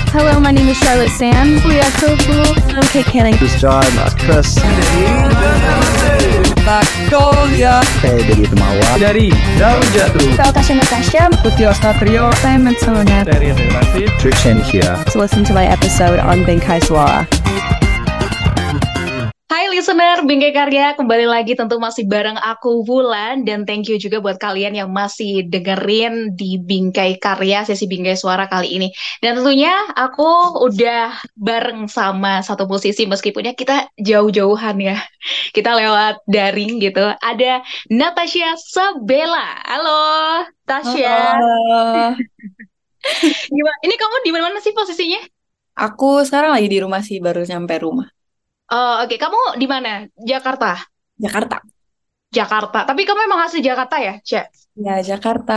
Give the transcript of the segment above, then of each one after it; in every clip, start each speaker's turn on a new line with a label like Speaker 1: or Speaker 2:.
Speaker 1: Hello, my name is Charlotte Sands. We are so cool. I'm Kate Canning.
Speaker 2: This is John, Chris.
Speaker 3: Magnolia.
Speaker 2: Saya dari Temawa.
Speaker 3: Dari Daun Jatuh.
Speaker 1: Natasha Natasha.
Speaker 3: Putih Ostatrio.
Speaker 1: Simon Sona.
Speaker 3: Dari Relasi.
Speaker 2: Trishan here.
Speaker 1: To listen to my episode on Bingkai Suara.
Speaker 4: Hai listener, Bingkai Karya kembali lagi tentu masih bareng aku Wulan, dan thank you juga buat kalian yang masih dengerin di Bingkai Karya sesi Bingkai Suara kali ini. Dan tentunya aku udah bareng sama satu musisi meskipunnya kita jauh-jauhan ya. Kita lewat daring gitu. Ada Natasha Sabella. Halo Tasya.
Speaker 5: Halo.
Speaker 4: Gimana? Ini kamu di mana sih posisinya?
Speaker 5: Aku sekarang lagi di rumah sih, baru nyampe rumah.
Speaker 4: Oh, oke. Kamu di mana? Jakarta?
Speaker 5: Jakarta.
Speaker 4: Jakarta. Tapi kamu emang asli Jakarta ya, Cek?
Speaker 5: Ya, Jakarta.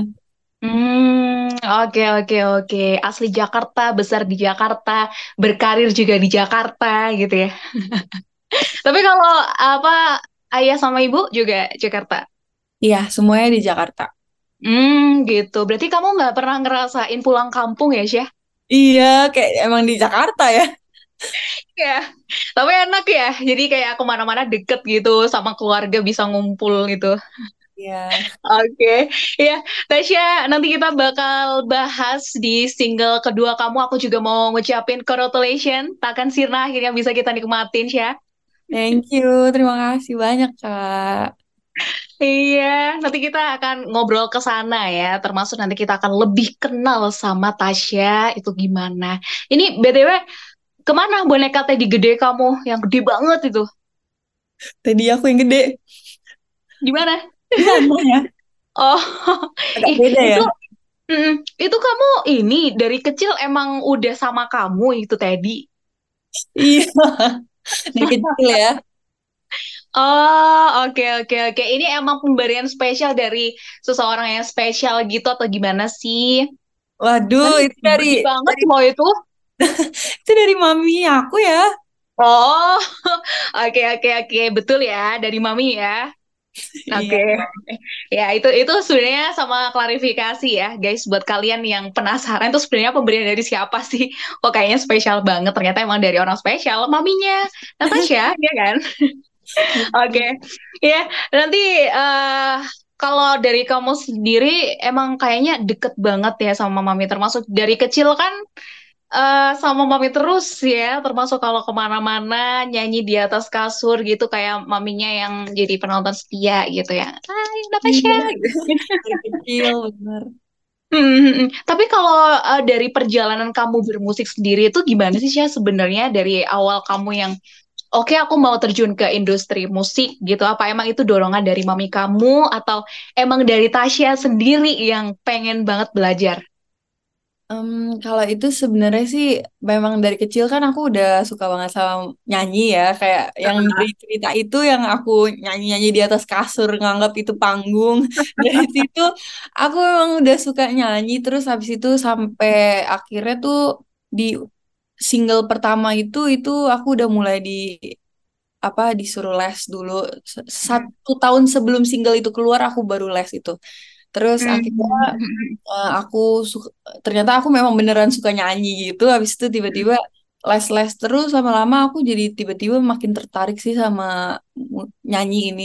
Speaker 4: Oke. Asli Jakarta, besar di Jakarta, berkarir juga di Jakarta gitu ya. Tapi kalau ayah sama ibu juga Jakarta?
Speaker 5: Iya, semuanya di Jakarta.
Speaker 4: Gitu. Berarti kamu nggak pernah ngerasain pulang kampung ya, Syah?
Speaker 5: Iya, kayak emang di Jakarta ya.
Speaker 4: Ya, tapi enak ya. Jadi kayak kemana-mana deket gitu, sama keluarga bisa ngumpul gitu.
Speaker 5: Iya.
Speaker 4: Oke, ya, Tasya, nanti kita bakal bahas di single kedua kamu. Aku juga mau ngucapin congratulations, takkan sirna akhirnya bisa kita nikmatin, Syah.
Speaker 5: Thank you, terima kasih banyak, Kak.
Speaker 4: Iya, nanti kita akan ngobrol ke sana ya, termasuk nanti kita akan lebih kenal sama Tasya itu gimana. Ini BTW, kemana boneka Teddy gede kamu yang gede banget itu?
Speaker 5: Tadi aku yang gede.
Speaker 4: Di mana?
Speaker 5: Di mana ya?
Speaker 4: Oh,
Speaker 5: Agak beda ya?
Speaker 4: Itu kamu ini dari kecil emang udah sama kamu itu Teddy?
Speaker 5: Iya, dari kecil ya.
Speaker 4: Oh, oke. Ini emang pemberian spesial dari seseorang yang spesial gitu atau gimana sih?
Speaker 5: Waduh,
Speaker 4: Kan
Speaker 5: itu dari
Speaker 4: gede banget loh itu.
Speaker 5: itu dari mami aku ya.
Speaker 4: Oh, oke. Betul ya, dari mami ya. Oke.
Speaker 5: Iya.
Speaker 4: Ya, itu sebenarnya sama klarifikasi ya, guys, buat kalian yang penasaran itu sebenarnya pemberian dari siapa sih? Kok kayaknya spesial banget, ternyata emang dari orang spesial, maminya Natasha, ya kan? Oke. Ya, nanti kalau dari kamu sendiri emang kayaknya deket banget ya sama mami, termasuk dari kecil kan sama mami terus ya, termasuk kalau kemana-mana nyanyi di atas kasur gitu kayak maminya yang jadi penonton setia gitu ya. Hai Natasha.
Speaker 5: Iya, dari kecil, bener.
Speaker 4: Tapi kalau dari perjalanan kamu bermusik sendiri itu gimana sih Syah sebenarnya dari awal kamu yang oke, aku mau terjun ke industri musik gitu. Apa emang itu dorongan dari mami kamu atau emang dari Tasya sendiri yang pengen banget belajar?
Speaker 5: Kalau itu sebenarnya sih memang dari kecil kan aku udah suka banget sama nyanyi ya, kayak yang dari cerita itu yang aku nyanyi-nyanyi di atas kasur nganggap itu panggung. Dari situ aku memang udah suka nyanyi, terus habis itu sampai akhirnya tuh di single pertama itu aku udah mulai disuruh les dulu. 1 tahun sebelum single itu keluar aku baru les itu. Terus akhirnya aku ternyata aku memang beneran suka nyanyi gitu. Habis itu tiba-tiba les-les terus lama-lama aku jadi tiba-tiba makin tertarik sih sama nyanyi ini.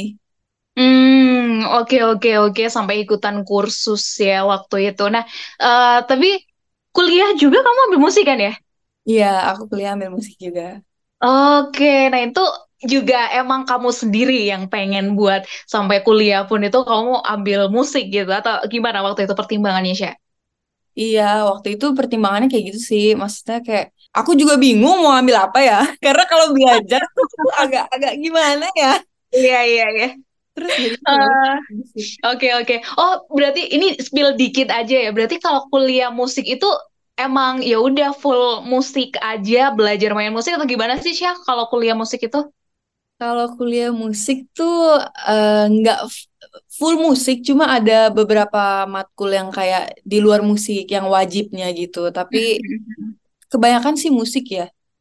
Speaker 4: Oke. Sampai ikutan kursus ya waktu itu. Nah, tapi kuliah juga kamu ambil musik kan ya?
Speaker 5: Iya, aku kuliah ambil musik juga.
Speaker 4: Oke, nah itu juga emang kamu sendiri yang pengen buat sampai kuliah pun itu kamu ambil musik gitu atau gimana waktu itu pertimbangannya, Syah?
Speaker 5: Iya, waktu itu pertimbangannya kayak gitu sih. Maksudnya kayak aku juga bingung mau ambil apa ya. Karena kalau belajar tuh agak gimana ya.
Speaker 4: Iya.
Speaker 5: Terus jadi ya udah,
Speaker 4: Eh,
Speaker 5: musik.
Speaker 4: oke. Oh, berarti ini spill dikit aja ya. Berarti kalau kuliah musik itu emang ya udah full musik aja, belajar main musik atau gimana sih, Syah? Kalau kuliah musik itu?
Speaker 5: Kalau kuliah musik tuh nggak full musik, cuma ada beberapa matkul yang kayak di luar musik yang wajibnya gitu. Tapi kebanyakan sih musik ya.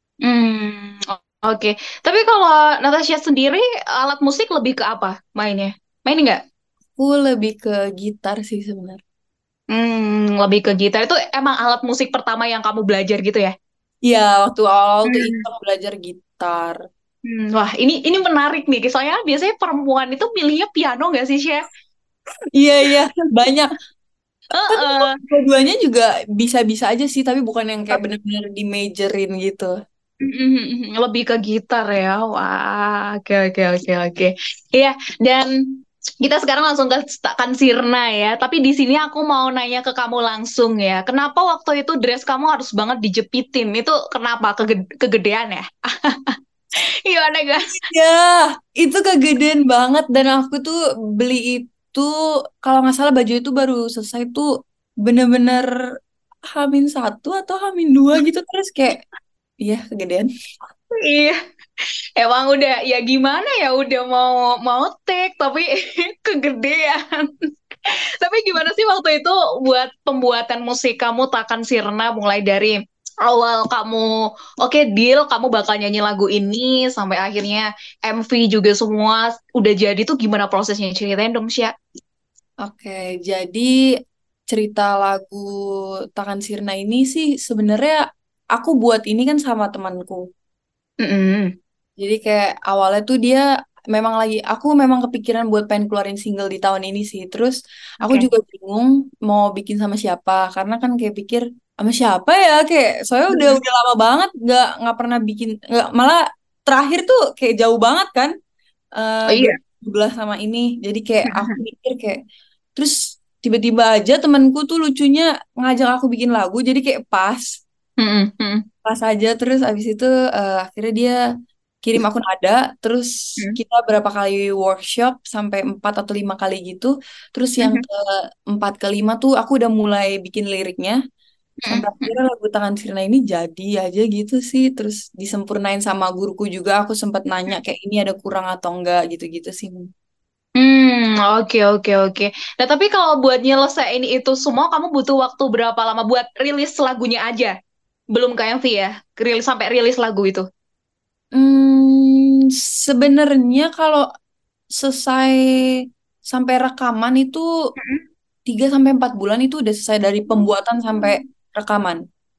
Speaker 4: Oke. Tapi kalau Natasha sendiri alat musik lebih ke apa mainnya? Main nggak?
Speaker 5: Aku lebih ke gitar sih sebenarnya.
Speaker 4: Lebih ke gitar. Itu emang alat musik pertama yang kamu belajar gitu ya?
Speaker 5: Iya, waktu awal-awal tuh
Speaker 4: Hmm.
Speaker 5: iseng belajar gitar.
Speaker 4: Wah, ini menarik nih. Soalnya biasanya perempuan itu pilihnya piano nggak sih, Syah?
Speaker 5: Iya, iya, banyak. Tapi
Speaker 4: Heeh.
Speaker 5: dua-duanya juga bisa-bisa aja sih, tapi bukan yang kayak bener-bener di majorin gitu.
Speaker 4: Lebih ke gitar ya. Wah, oke oke oke oke. Iya, dan kita sekarang langsung ke Stakan Sirna ya. Tapi di sini aku mau nanya ke kamu langsung ya. Kenapa waktu itu dress kamu harus banget dijepitin? Itu kenapa? Kegedean ya? Gimana gak?
Speaker 5: Ya, itu kegedean banget dan aku tuh beli itu kalau nggak salah baju itu baru selesai tuh bener-bener H-1 atau H-2 gitu terus kayak iya kegedean.
Speaker 4: Iya, emang udah ya gimana ya udah mau mau take tapi kegedean. Tapi gimana sih waktu itu buat pembuatan musik kamu Takan Sirna mulai dari awal kamu oke deal kamu bakal nyanyi lagu ini sampai akhirnya MV juga semua udah jadi tuh gimana prosesnya ceritain dong Sya.
Speaker 5: Oke, jadi cerita lagu Takan Sirna ini sih sebenarnya aku buat ini kan sama temanku.
Speaker 4: Mm-mm.
Speaker 5: Jadi kayak awalnya tuh dia memang lagi aku memang kepikiran buat pengen keluarin single di tahun ini sih. Terus aku
Speaker 4: Oke.
Speaker 5: juga bingung mau bikin sama siapa karena kan kayak pikir sama siapa ya kayak soalnya
Speaker 4: Mm.
Speaker 5: udah lama banget nggak pernah bikin nggak malah terakhir tuh kayak jauh banget kan
Speaker 4: Oh iya.
Speaker 5: 2017 sama ini. Jadi kayak aku mikir kayak terus tiba-tiba aja temanku tuh lucunya ngajak aku bikin lagu jadi kayak
Speaker 4: Mm-mm. Mm-mm.
Speaker 5: pas aja terus abis itu akhirnya dia kirim aku nada terus
Speaker 4: Mm-mm.
Speaker 5: kita berapa kali workshop sampai 4 atau 5 kali gitu terus yang
Speaker 4: Mm-mm.
Speaker 5: keempat kelima tuh aku udah mulai bikin liriknya sampai
Speaker 4: Mm-mm.
Speaker 5: akhirnya lagu Tangan Sirna ini jadi aja gitu sih terus disempurnain sama guruku juga aku sempat nanya kayak ini ada kurang atau enggak gitu-gitu sih.
Speaker 4: Oke oke oke. Nah, tapi kalau buat nyelesain itu semua kamu butuh waktu berapa lama buat rilis lagunya aja? Belum ke MV ya? Rilis sampai rilis lagu itu.
Speaker 5: Hmm, sebenarnya kalau selesai sampai rekaman itu 3 sampai 4 bulan itu udah selesai dari pembuatan sampai rekaman.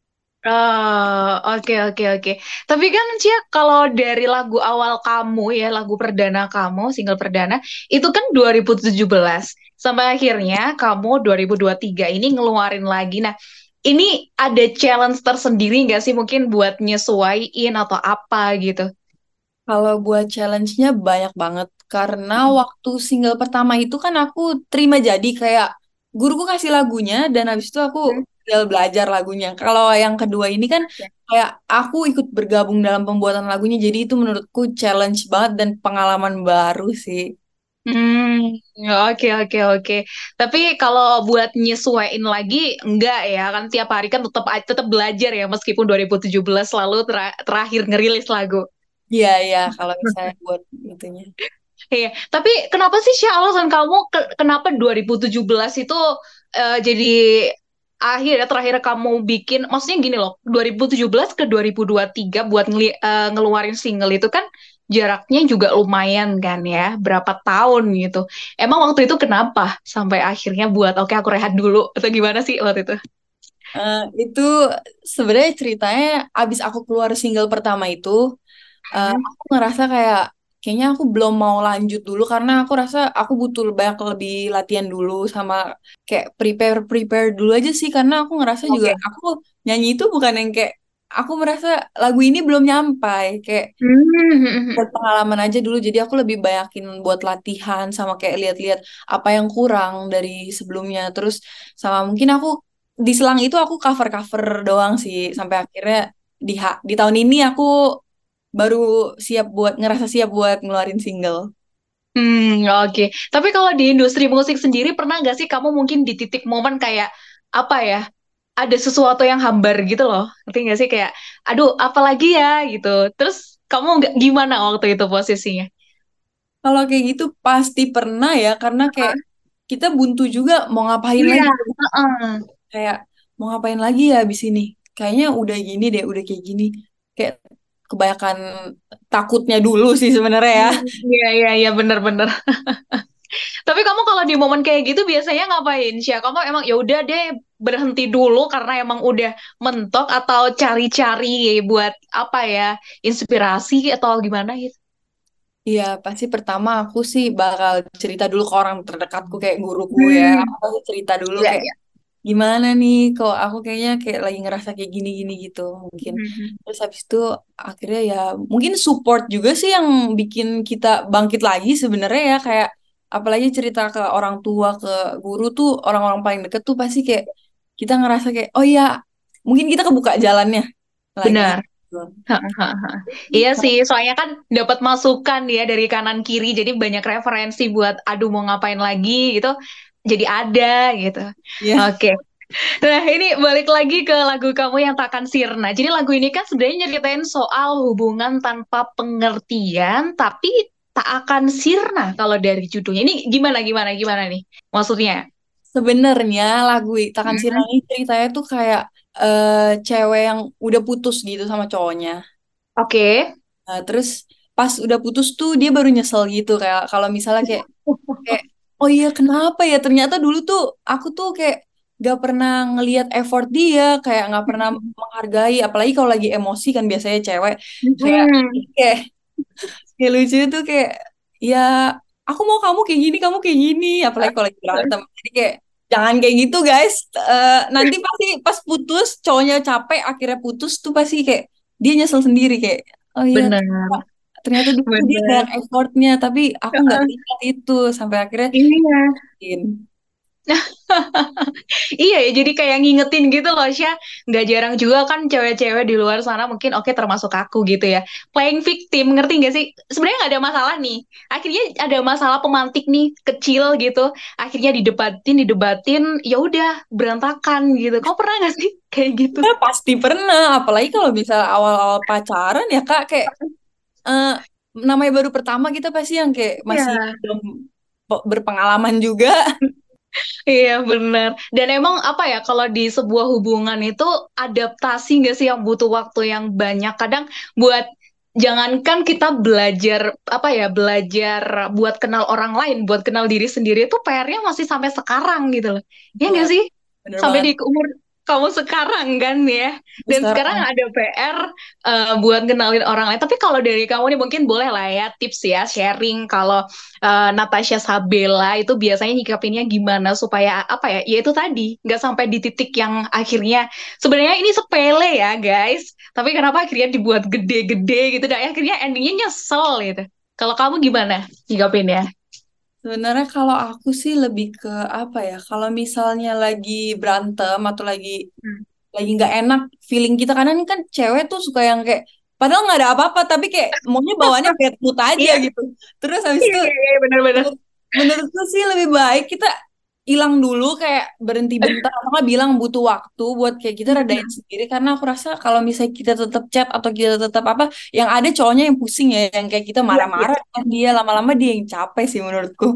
Speaker 4: Oke oke oke. Tapi kan Cia, kalau dari lagu awal kamu ya, lagu perdana kamu, single perdana, itu kan 2017. Sampai akhirnya kamu 2023 ini ngeluarin lagi. Nah, ini ada challenge tersendiri nggak sih mungkin buat nyesuaiin atau apa gitu?
Speaker 5: Kalau buat challenge-nya banyak banget karena waktu single pertama itu kan aku terima jadi kayak guruku kasih lagunya dan habis itu aku
Speaker 4: Hmm.
Speaker 5: tinggal belajar lagunya. Kalau yang kedua ini kan kayak aku ikut bergabung dalam pembuatan lagunya jadi itu menurutku challenge banget dan pengalaman baru sih.
Speaker 4: Oke oke oke. Tapi kalau buat nyesuaiin lagi enggak ya kan tiap hari kan tetap tetap belajar ya meskipun 2017 lalu terakhir ngerilis lagu.
Speaker 5: Iya, iya, kalau misalnya buat itunya.
Speaker 4: Iya, tapi kenapa sih Syah alasan kamu kenapa 2017 itu jadi terakhir kamu bikin maksudnya gini loh 2017 ke 2023 buat ngeluarin single itu kan jaraknya juga lumayan kan ya berapa tahun gitu. Emang waktu itu kenapa sampai akhirnya buat oke aku rehat dulu atau gimana sih waktu itu?
Speaker 5: Itu sebenarnya ceritanya abis aku keluar single pertama itu, aku ngerasa kayak kayaknya aku belum mau lanjut dulu karena aku rasa aku butuh banyak lebih latihan dulu sama kayak prepare prepare dulu aja sih karena aku ngerasa juga
Speaker 4: Oke.
Speaker 5: aku nyanyi itu bukan yang kayak aku merasa lagu ini belum nyampai kayak buat pengalaman aja dulu jadi aku lebih banyakin buat latihan sama kayak lihat-lihat apa yang kurang dari sebelumnya terus sama mungkin aku di selang itu aku cover-cover doang sih sampai akhirnya di tahun ini aku baru ngerasa siap buat ngeluarin single.
Speaker 4: Oke. Tapi kalau di industri musik sendiri pernah nggak sih kamu mungkin di titik momen kayak apa ya? Ada sesuatu yang hambar gitu loh. Ngerti nggak sih kayak, aduh, apalagi ya gitu. Terus kamu nggak gimana waktu itu posisinya?
Speaker 5: Kalau kayak gitu pasti pernah ya karena kayak kita buntu juga mau ngapain
Speaker 4: Iya.
Speaker 5: lagi
Speaker 4: Heeh.
Speaker 5: kayak mau ngapain lagi ya abis ini kayaknya udah gini deh udah kayak gini kayak kebanyakan takutnya dulu sih sebenarnya ya.
Speaker 4: Iya, iya, iya, bener-bener. Tapi kamu kalau di momen kayak gitu biasanya ngapain, Syah? Kamu emang ya udah deh berhenti dulu karena emang udah mentok atau cari-cari buat apa ya, inspirasi atau gimana gitu?
Speaker 5: Iya, pasti pertama aku sih bakal cerita dulu ke orang terdekatku kayak guruku ya.
Speaker 4: Hmm,
Speaker 5: Aku pasti cerita dulu
Speaker 4: iya,
Speaker 5: kayak
Speaker 4: iya.
Speaker 5: gimana nih kok aku kayaknya kayak lagi ngerasa kayak gini-gini gitu mungkin.
Speaker 4: Mhm.
Speaker 5: Terus habis itu akhirnya ya mungkin support juga sih yang bikin kita bangkit lagi sebenarnya ya kayak apalagi cerita ke orang tua, ke guru tuh orang-orang paling deket tuh pasti kayak kita ngerasa kayak oh iya mungkin kita kebuka jalannya lagi.
Speaker 4: Benar. Iya sih, soalnya kan dapat masukan ya dari kanan kiri, jadi banyak referensi buat aduh mau ngapain lagi gitu, jadi ada gitu.
Speaker 5: Iya.
Speaker 4: Oke. Nah, ini balik lagi ke lagu kamu yang Takkan Sirna. Jadi lagu ini kan sebenarnya nyeritain soal hubungan tanpa pengertian, tapi tak akan sirna kalau dari judulnya. Ini gimana nih? Maksudnya?
Speaker 5: Sebenarnya lagu Takkan Sirna
Speaker 4: Mhm.
Speaker 5: ini ceritanya tuh kayak cewek yang udah putus gitu sama cowoknya.
Speaker 4: Oke.
Speaker 5: Nah, terus pas udah putus tuh dia baru nyesel gitu kayak kalau misalnya kayak oh iya kenapa ya ternyata dulu tuh aku tuh kayak gak pernah ngelihat effort dia kayak nggak pernah menghargai apalagi kalau lagi emosi kan biasanya cewek kayak
Speaker 4: Mhm.
Speaker 5: kayak kayak lucu tuh kayak ya aku mau kamu kayak gini apalagi kalau lagi berantem jadi kayak jangan kayak gitu guys. Nanti pasti pas putus cowoknya capek akhirnya putus tuh pasti kayak dia nyesel sendiri kayak oh iya
Speaker 4: Benar,
Speaker 5: ternyata dulu tuh dia
Speaker 4: benar.
Speaker 5: banyak effortnya tapi aku nggak lihat itu sampai akhirnya
Speaker 4: Iya.
Speaker 5: bikin.
Speaker 4: Iya ya, jadi kayak ngingetin gitu loh, Syah. Nggak jarang juga kan cewek-cewek di luar sana mungkin oke termasuk aku gitu ya. Playing victim, ngerti nggak sih? Sebenarnya nggak ada masalah nih. Akhirnya ada masalah pemantik nih, kecil gitu. Akhirnya didebatin, ya udah berantakan gitu. Kau pernah nggak sih kayak gitu?
Speaker 5: Ya, pasti pernah apalagi kalau misalnya awal-awal pacaran ya kak kayak eh, namanya baru pertama kita pasti yang kayak masih
Speaker 4: Iya.
Speaker 5: belum berpengalaman juga.
Speaker 4: Iya benar. Dan emang apa ya kalau di sebuah hubungan itu adaptasi nggak sih yang butuh waktu yang banyak. Kadang buat jangankan kita belajar apa ya belajar buat kenal orang lain, buat kenal diri sendiri itu PR-nya masih sampai sekarang gitu loh. Ya
Speaker 5: Iya
Speaker 4: nggak sih?
Speaker 5: bener
Speaker 4: Sampai
Speaker 5: banget
Speaker 4: di umur kamu sekarang kan ya. Dan sekarang
Speaker 5: sekarang.
Speaker 4: ada PR buat kenalin orang lain. Tapi kalau dari kamu nih mungkin boleh lah ya tips ya sharing kalau Natasha Sabella itu biasanya nyikapinnya gimana supaya apa ya? Ya itu tadi nggak sampai di titik yang akhirnya sebenarnya ini sepele ya guys. Tapi kenapa akhirnya dibuat gede-gede gitu dan akhirnya endingnya nyesel gitu. Kalau kamu gimana nyikapinnya?
Speaker 5: Sebenarnya kalau aku sih lebih ke apa ya kalau misalnya lagi berantem atau lagi nggak enak feeling kita karena ini kan cewek tuh suka yang kayak padahal nggak ada apa-apa tapi kayak maunya bawaannya bad mood aja
Speaker 4: Iya,
Speaker 5: gitu terus habis
Speaker 4: iya,
Speaker 5: itu
Speaker 4: iya, iya, benar-benar.
Speaker 5: menurut, menurutku sih lebih baik kita hilang dulu kayak berhenti bentar atau nggak bilang butuh waktu buat kayak kita redain sendiri karena aku rasa kalau misalnya kita tetap chat atau kita tetap apa yang ada cowoknya yang pusing ya yang kayak kita
Speaker 4: Iya, iya.
Speaker 5: marah-marah kan dia lama-lama dia yang capek sih menurutku.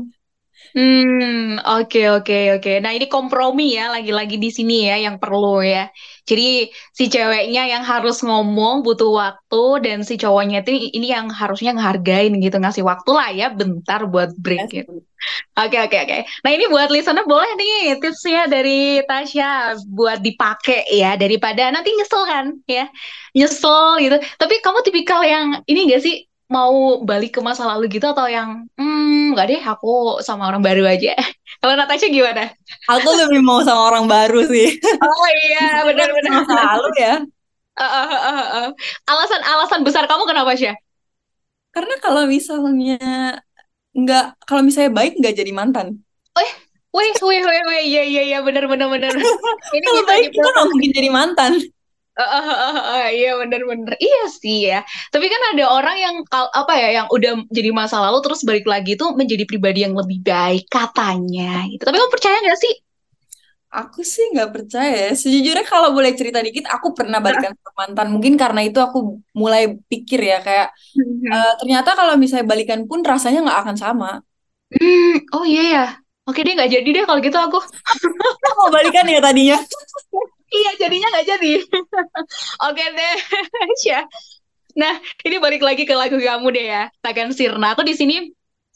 Speaker 4: Oke, oke, oke. Nah, ini kompromi ya, lagi-lagi di sini ya yang perlu ya. Jadi si ceweknya yang harus ngomong butuh waktu dan si cowoknya itu ini yang harusnya ngehargain gitu, ngasih waktu lah ya, bentar buat break
Speaker 5: Yes.
Speaker 4: gitu. Oke, oke, oke. Nah, ini buat listener boleh nih tipsnya dari Tasya buat dipakai ya daripada nanti nyesel kan ya, nyesel gitu. Tapi kamu tipikal yang ini gak sih mau balik ke masa lalu gitu atau yang nggak deh aku sama orang baru aja. Kalau Natasha gimana?
Speaker 5: Aku lebih mau sama orang baru sih.
Speaker 4: Oh iya,
Speaker 5: Meskipun itu
Speaker 4: benar-benar.
Speaker 5: masa lalu ya.
Speaker 4: Alasan-alasan besar kamu kenapa sih?
Speaker 5: Karena kalau misalnya nggak, kalau misalnya baik nggak jadi mantan.
Speaker 4: Wih, wih, wih, wih, wih, iya, iya, iya, benar-benar, benar. Ini
Speaker 5: Kalau
Speaker 4: bisa
Speaker 5: baik kita nggak
Speaker 4: dipelajari.
Speaker 5: mungkin jadi mantan.
Speaker 4: Iya bener-bener iya sih ya. Tapi kan ada orang yang apa ya yang udah jadi masa lalu terus balik lagi tuh menjadi pribadi yang lebih baik katanya gitu. Tapi kamu percaya nggak sih?
Speaker 5: Aku sih nggak percaya ya. Sejujurnya kalau boleh cerita dikit, aku pernah balikan sama mantan. Mungkin karena itu aku mulai pikir ya kayak ternyata kalau misalnya balikan pun rasanya nggak akan sama.
Speaker 4: Oh iya ya. Oke deh nggak jadi deh kalau gitu aku.
Speaker 5: Kita mau balikan ya tadinya.
Speaker 4: Iya jadinya nggak jadi. Oke deh. Syah. Nah ini balik lagi ke lagu kamu deh ya. Takkan Sirna. Aku di sini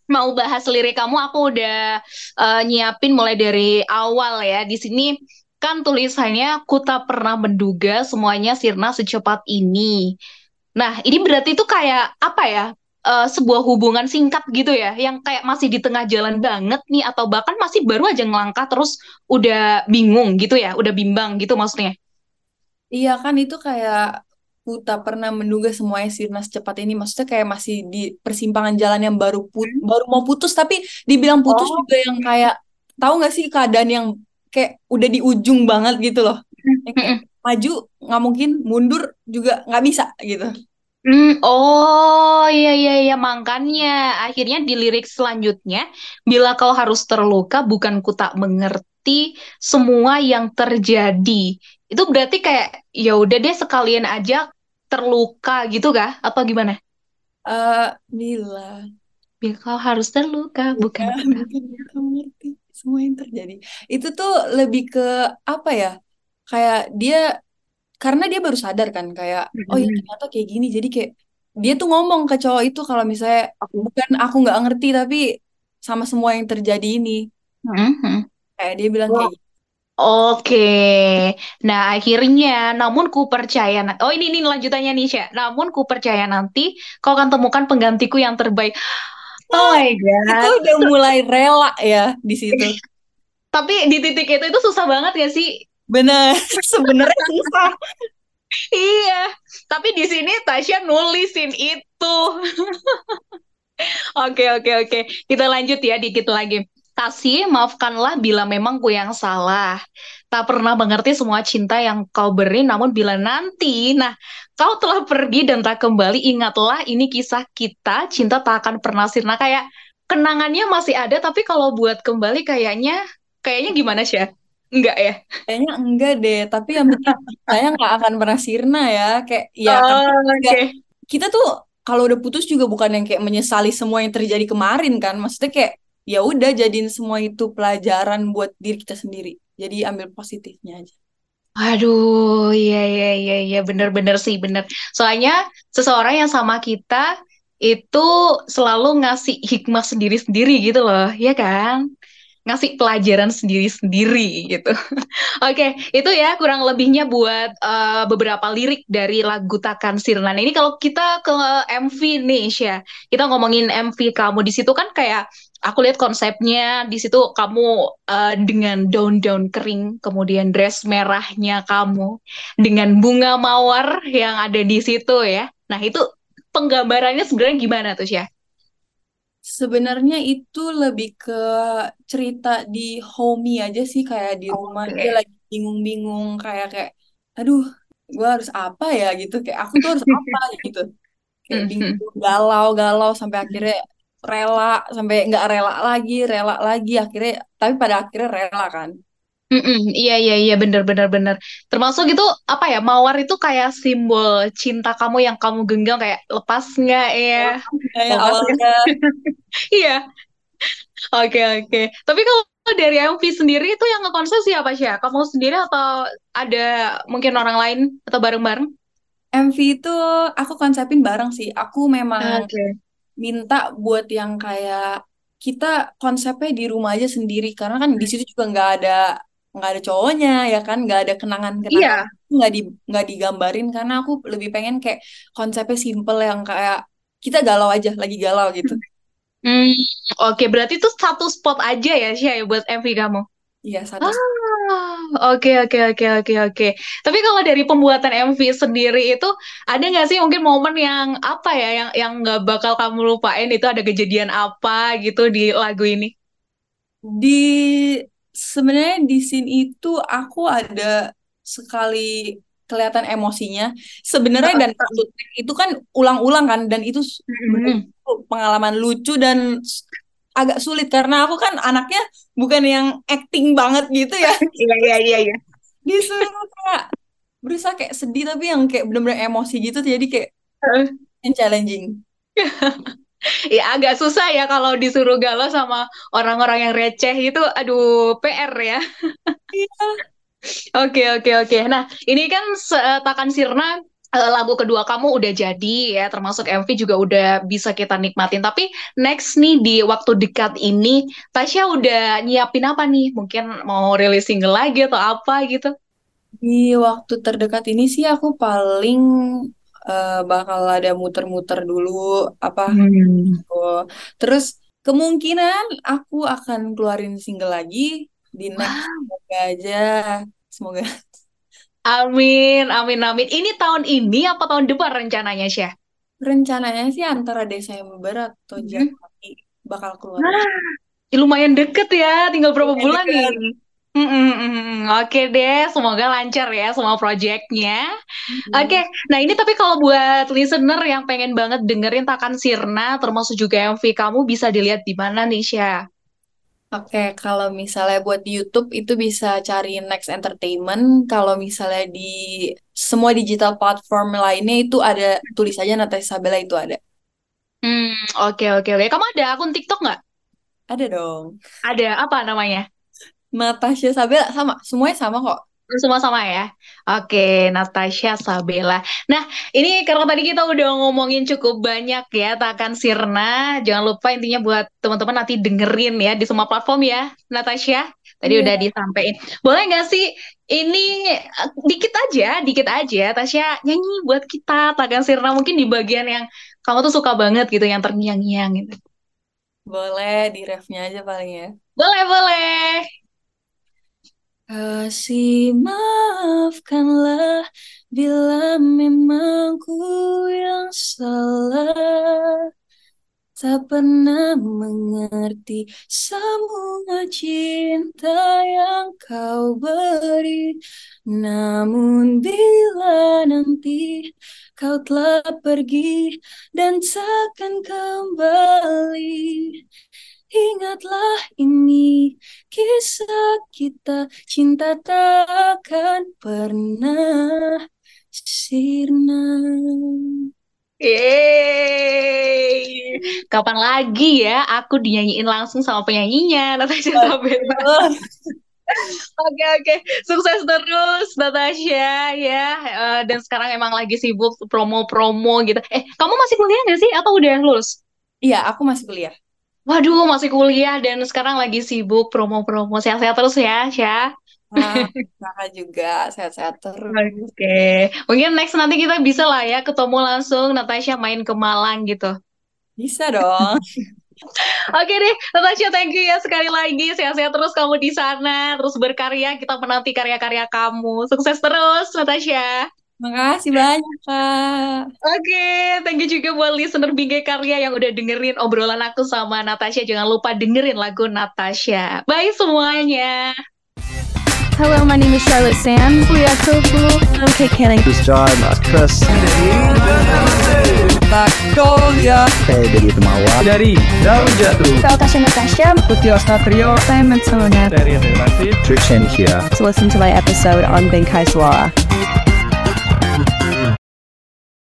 Speaker 4: mau bahas lirik kamu, aku udah nyiapin mulai dari awal ya. Di sini kan tulisannya, ku tak pernah menduga semuanya sirna secepat ini. Nah, ini berarti itu kayak apa ya? Sebuah hubungan singkat gitu ya, yang kayak masih di tengah jalan banget nih, atau bahkan masih baru aja ngelangkah terus udah bingung gitu ya, udah bimbang gitu maksudnya.
Speaker 5: Iya kan itu kayak ku tak pernah menduga semuanya sirna secepat ini. Maksudnya kayak masih di persimpangan jalan yang baru mau putus tapi dibilang putus
Speaker 4: Oh.
Speaker 5: juga yang kayak tahu nggak sih keadaan yang kayak udah di ujung banget gitu loh. Yang kayak
Speaker 4: Mm-mm.
Speaker 5: maju nggak mungkin, mundur juga nggak bisa gitu.
Speaker 4: Oh iya iya iya, makanya akhirnya di lirik selanjutnya, bila kau harus terluka bukan ku tak mengerti semua yang terjadi. Itu berarti kayak ya udah deh sekalian aja terluka gitu kah? Apa gimana?
Speaker 5: Bila
Speaker 4: Bila kau harus terluka bukan ku tak.
Speaker 5: mungkin kamu mengerti semua yang terjadi. Itu tuh lebih ke apa ya? Kayak dia karena dia baru sadar kan kayak oh ya
Speaker 4: Mm-mm.
Speaker 5: ternyata kayak gini. Jadi kayak dia tuh ngomong ke cowok itu kalau misalnya
Speaker 4: Oke.
Speaker 5: bukan aku nggak ngerti tapi sama semua yang terjadi ini.
Speaker 4: Mm-mm.
Speaker 5: Kayak dia bilang kayak gitu.
Speaker 4: Oke, nah akhirnya, namun ku percaya, oh ini lanjutannya nih, Sya. Namun ku percaya nanti kau akan temukan penggantiku yang terbaik. Oh
Speaker 5: Nah,
Speaker 4: my
Speaker 5: itu
Speaker 4: God.
Speaker 5: udah mulai rela ya di situ.
Speaker 4: Tapi di titik itu susah banget gak sih?
Speaker 5: Bener, sebenarnya susah.
Speaker 4: Iya, tapi di sini Tasya nulisin itu. Oke, oke, oke. Kita lanjut ya dikit lagi. Kasih, maafkanlah bila memang ku yang salah. Tak pernah mengerti semua cinta yang kau beri, namun bila nanti, nah, kau telah pergi dan tak kembali, ingatlah ini kisah kita, cinta tak akan pernah sirna. Kayak kenangannya masih ada, tapi kalau buat kembali kayaknya gimana sih ya? Enggak ya?
Speaker 5: Kayaknya enggak deh, tapi yang penting saya nggak akan pernah sirna ya. Kayak ya karena
Speaker 4: Oh,
Speaker 5: enggak,
Speaker 4: oke.
Speaker 5: kita tuh kalau udah putus juga bukan yang kayak menyesali semua yang terjadi kemarin kan. Maksudnya kayak ya udah jadiin semua itu pelajaran buat diri kita sendiri. Jadi ambil positifnya aja.
Speaker 4: Aduh, iya, iya, iya, iya, bener-bener sih, bener. Soalnya seseorang yang sama kita itu selalu ngasih hikmah sendiri-sendiri gitu loh, ya kan? Ngasih pelajaran sendiri-sendiri gitu. Oke, itu ya kurang lebihnya buat beberapa lirik dari lagu Takkan Sirna. Nah, ini kalau kita ke MV nih, Sya. Kita ngomongin MV kamu di situ kan kayak aku lihat konsepnya di situ kamu dengan daun-daun kering, kemudian dress merahnya kamu dengan bunga mawar yang ada di situ ya. Nah, itu penggambarannya sebenarnya gimana tuh, Sya?
Speaker 5: Sebenarnya itu lebih ke cerita di homey aja sih kayak di rumah dia
Speaker 4: Oke.
Speaker 5: lagi bingung-bingung kayak aduh gue harus apa ya gitu kayak aku tuh harus apa gitu kayak bingung galau-galau sampai akhirnya rela sampai nggak rela lagi akhirnya tapi pada akhirnya rela kan.
Speaker 4: Mm-mm, iya iya iya bener bener. Termasuk itu apa ya, mawar itu kayak simbol cinta kamu yang kamu genggam, kayak lepas nggak ya?
Speaker 5: Kayak
Speaker 4: Lepas nggak?
Speaker 5: awalnya
Speaker 4: Iya. Oke oke. Tapi kalau dari MV sendiri itu yang ngekonsep siapa sih ya? Kamu sendiri atau ada mungkin orang lain atau bareng-bareng?
Speaker 5: MV itu aku konsepin bareng sih aku memang
Speaker 4: Oke.
Speaker 5: minta buat yang kayak kita konsepnya di rumah aja sendiri karena kan di situ juga nggak ada cowoknya ya kan nggak ada kenangan-kenangan
Speaker 4: Iya.
Speaker 5: nggak digambarin karena aku lebih pengen kayak konsepnya simple yang kayak kita galau aja lagi galau gitu.
Speaker 4: Hmm, oke, berarti itu satu spot aja ya sih ya buat MV kamu?
Speaker 5: Iya satu.
Speaker 4: Ah, oke oke oke oke oke. Tapi kalau dari pembuatan MV sendiri itu ada nggak sih mungkin momen yang apa ya, yang nggak bakal kamu lupain, itu ada kejadian apa gitu di lagu ini?
Speaker 5: Di sebenarnya di scene itu aku ada sekali kelihatan emosinya sebenarnya dan satu take itu kan ulang-ulang kan dan itu bener
Speaker 4: Mm-mm.
Speaker 5: pengalaman lucu dan agak sulit karena aku kan anaknya bukan yang acting banget gitu ya
Speaker 4: Iya iya iya iya.
Speaker 5: disuruh kayak berusaha kayak sedih tapi yang kayak bener-bener emosi gitu jadi kayak yang challenging.
Speaker 4: Ya agak susah ya kalau disuruh galau sama orang-orang yang receh itu, aduh PR ya.
Speaker 5: Iya.
Speaker 4: Oke oke oke. Nah ini kan Takan Sirna lagu kedua kamu udah jadi ya, termasuk MV juga udah bisa kita nikmatin. Tapi next nih di waktu dekat ini, Tasya udah nyiapin apa nih? Mungkin mau rilis single lagi atau apa gitu?
Speaker 5: Di waktu terdekat ini sih aku paling bakal ada muter-muter dulu apa. Terus kemungkinan aku akan keluarin single lagi di next. Semoga aja. Semoga.
Speaker 4: Amin, amin, amin. Ini tahun ini apa tahun depan rencananya, Syah?
Speaker 5: Rencananya sih antara Desember atau Januari bakal keluar.
Speaker 4: Lumayan deket ya, tinggal berapa
Speaker 5: Lumayan
Speaker 4: bulan
Speaker 5: deket.
Speaker 4: nih? Oke deh, semoga lancar ya semua proyeknya. Oke, nah ini tapi kalau buat listener yang pengen banget dengerin Takkan Sirna, termasuk juga MV kamu bisa dilihat di mana nih, Syah?
Speaker 5: Oke, kalau misalnya buat di YouTube itu bisa cari Next Entertainment. Kalau misalnya di semua digital platform lainnya itu ada, tulis aja Natasha Sabella itu ada.
Speaker 4: Oke. Kamu ada akun TikTok nggak?
Speaker 5: Ada dong.
Speaker 4: Ada, apa namanya?
Speaker 5: Natasha Sabella sama, semuanya sama kok.
Speaker 4: Semua sama ya? Oke, Natasha Sabella. Nah, ini karena tadi kita udah ngomongin cukup banyak ya Takkan Sirna. Jangan lupa intinya buat teman-teman nanti dengerin ya di semua platform ya, Natasha. Tadi udah disampaikan. Boleh nggak sih ini dikit aja, Tasya nyanyi buat kita Takkan Sirna mungkin di bagian yang kamu tuh suka banget gitu, yang terngiang-ngiang gitu.
Speaker 5: Boleh, di refnya aja paling ya.
Speaker 4: Boleh.
Speaker 5: Kasih maafkanlah bila memang ku yang salah, tak pernah mengerti semua cinta yang kau beri. Namun bila nanti kau telah pergi dan takkan kembali, ingatlah ini kisah kita, cinta takkan pernah sirna.
Speaker 4: Yeay. Kapan lagi ya aku dinyanyiin langsung sama penyanyinya, Natasha Sabella. Oke. Sukses terus Natasha ya. Dan sekarang emang lagi sibuk promo-promo gitu. Kamu masih kuliah nggak sih atau udah lulus?
Speaker 5: Iya, aku masih kuliah.
Speaker 4: Waduh, masih kuliah dan sekarang lagi sibuk promo-promo. Sehat-sehat terus ya, Syah.
Speaker 5: Kakak juga sehat-sehat terus.
Speaker 4: Oke. Mungkin next nanti kita bisa lah ya ketemu langsung Natasha main ke Malang gitu.
Speaker 5: Bisa dong.
Speaker 4: Oke deh, Natasha, thank you ya sekali lagi. Sehat-sehat terus kamu di sana, terus berkarya. Kita menanti karya-karya kamu. Sukses terus, Natasha.
Speaker 5: Makasih banyak, Kak.
Speaker 4: Oke, thank you juga buat listener Bingkai Karya yang udah dengerin obrolan aku sama Natasha. Jangan lupa dengerin lagu Natasha. Bye semuanya.
Speaker 1: Hello, my name is Charlotte Sam. We are so cool. Okay, Kenny.
Speaker 2: This is John, Mas Chris.
Speaker 3: Victoria
Speaker 2: Saya dari Temawa.
Speaker 3: dari Daun Jatuh.
Speaker 1: Saya Natasha.
Speaker 3: Putih Satrio
Speaker 1: Saya Matsona.
Speaker 3: dari Relatif.
Speaker 2: Trishan here.
Speaker 1: To listen to my episode on Bengkai Suara.